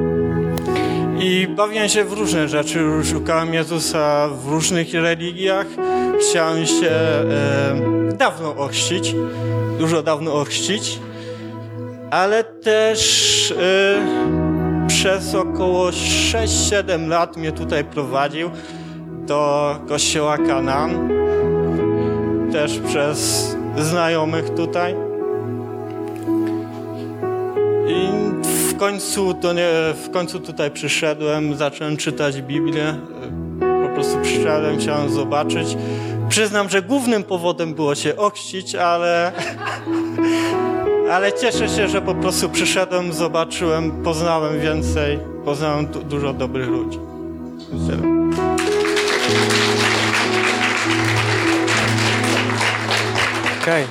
I bawiłem się w różne rzeczy, szukałem Jezusa w różnych religiach, chciałem się e, dawno ochrzcić, dużo dawno ochrzcić. Ale też y, przez około sześć siedem lat mnie tutaj prowadził do kościoła Kanaan. Też przez znajomych tutaj. I w końcu, to nie, w końcu tutaj przyszedłem, zacząłem czytać Biblię. Po prostu przyszedłem, chciałem zobaczyć. Przyznam, że głównym powodem było się ochrzcić, ale... Ale cieszę się, że po prostu przyszedłem, zobaczyłem, poznałem więcej, poznałem tu dużo dobrych ludzi. Okej. Okay.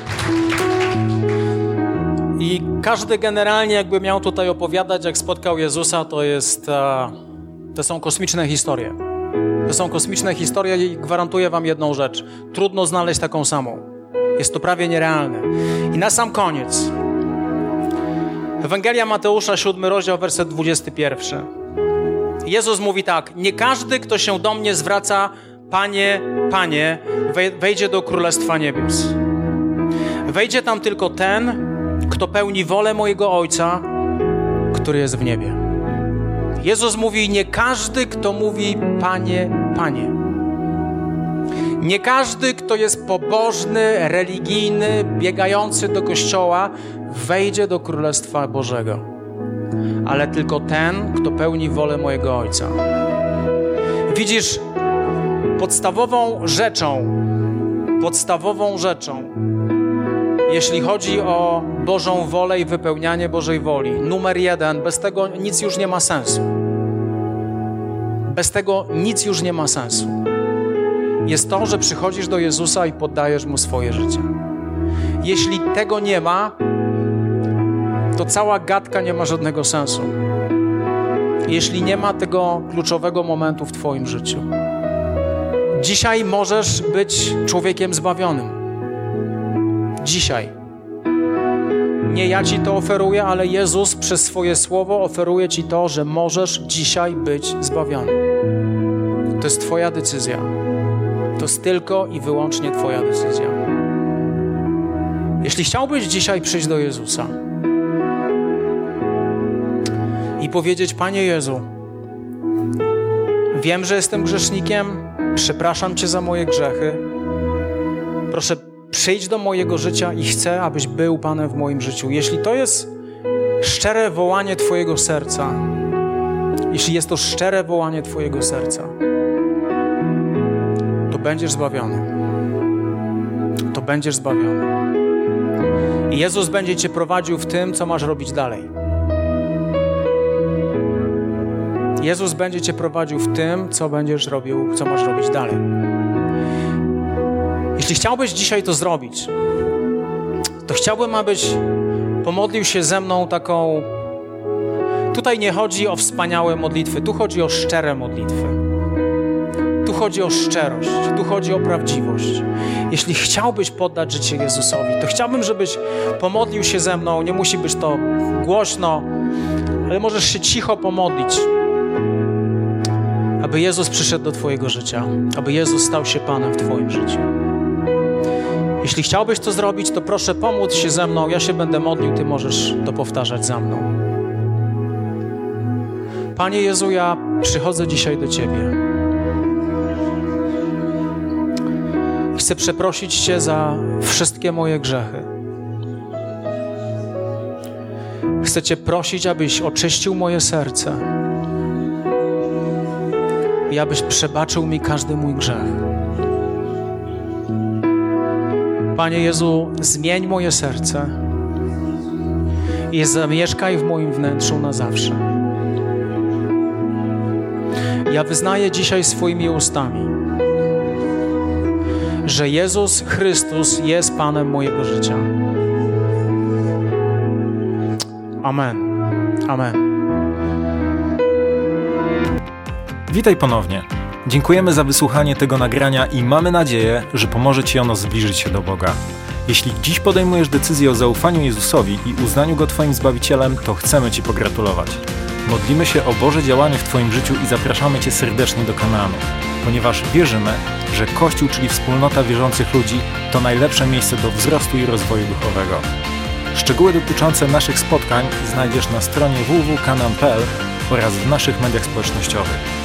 I każdy generalnie jakby miał tutaj opowiadać, jak spotkał Jezusa, to jest, to są kosmiczne historie. To są kosmiczne historie i gwarantuję wam jedną rzecz. Trudno znaleźć taką samą. Jest to prawie nierealne. I na sam koniec. Ewangelia Mateusza, siódmy rozdział, werset dwudziesty pierwszy. Jezus mówi tak: nie każdy, kto się do mnie zwraca, Panie, Panie, wejdzie do Królestwa Niebios. Wejdzie tam tylko ten, kto pełni wolę mojego Ojca, który jest w niebie. Jezus mówi: nie każdy, kto mówi Panie, Panie. Nie każdy, kto jest pobożny, religijny, biegający do kościoła, wejdzie do Królestwa Bożego. Ale tylko ten, kto pełni wolę mojego Ojca. Widzisz, podstawową rzeczą, podstawową rzeczą, jeśli chodzi o Bożą wolę i wypełnianie Bożej woli, numer jeden, bez tego nic już nie ma sensu. Bez tego nic już nie ma sensu. Jest to, że przychodzisz do Jezusa i poddajesz Mu swoje życie. Jeśli tego nie ma, to cała gadka nie ma żadnego sensu. Jeśli nie ma tego kluczowego momentu w Twoim życiu. Dzisiaj możesz być człowiekiem zbawionym. Dzisiaj. Nie ja Ci to oferuję, ale Jezus przez swoje słowo oferuje Ci to, że możesz dzisiaj być zbawiony. To jest Twoja decyzja. To jest tylko i wyłącznie Twoja decyzja. Jeśli chciałbyś dzisiaj przyjść do Jezusa i powiedzieć: Panie Jezu, wiem, że jestem grzesznikiem, przepraszam Cię za moje grzechy, proszę, przyjdź do mojego życia i chcę, abyś był Panem w moim życiu. Jeśli to jest szczere wołanie Twojego serca, jeśli jest to szczere wołanie Twojego serca, to będziesz zbawiony. To będziesz zbawiony. I Jezus będzie Cię prowadził w tym, co masz robić dalej. Jezus będzie Cię prowadził w tym, co będziesz robił, co masz robić dalej. Jeśli chciałbyś dzisiaj to zrobić, to chciałbym, abyś pomodlił się ze mną taką... Tutaj nie chodzi o wspaniałe modlitwy, tu chodzi o szczere modlitwy. Tu chodzi o szczerość, tu chodzi o prawdziwość. Jeśli chciałbyś poddać życie Jezusowi, to chciałbym, żebyś pomodlił się ze mną. Nie musi być to głośno, ale możesz się cicho pomodlić, aby Jezus przyszedł do Twojego życia, aby Jezus stał się Panem w Twoim życiu. Jeśli chciałbyś to zrobić, to proszę pomóc się ze mną. Ja się będę modlił, Ty możesz to powtarzać za mną. Panie Jezu, ja przychodzę dzisiaj do Ciebie. Chcę przeprosić Cię za wszystkie moje grzechy. Chcę Cię prosić, abyś oczyścił moje serce i abyś przebaczył mi każdy mój grzech. Panie Jezu, zmień moje serce i zamieszkaj w moim wnętrzu na zawsze. Ja wyznaję dzisiaj swoimi ustami, że Jezus Chrystus jest Panem mojego życia. Amen. Amen. Witaj ponownie. Dziękujemy za wysłuchanie tego nagrania i mamy nadzieję, że pomoże Ci ono zbliżyć się do Boga. Jeśli dziś podejmujesz decyzję o zaufaniu Jezusowi i uznaniu Go Twoim Zbawicielem, to chcemy Ci pogratulować. Modlimy się o Boże działanie w Twoim życiu i zapraszamy Cię serdecznie do Kanaanu, ponieważ wierzymy, że Kościół, czyli wspólnota wierzących ludzi, to najlepsze miejsce do wzrostu i rozwoju duchowego. Szczegóły dotyczące naszych spotkań znajdziesz na stronie w w w kropka kanaan kropka p l oraz w naszych mediach społecznościowych.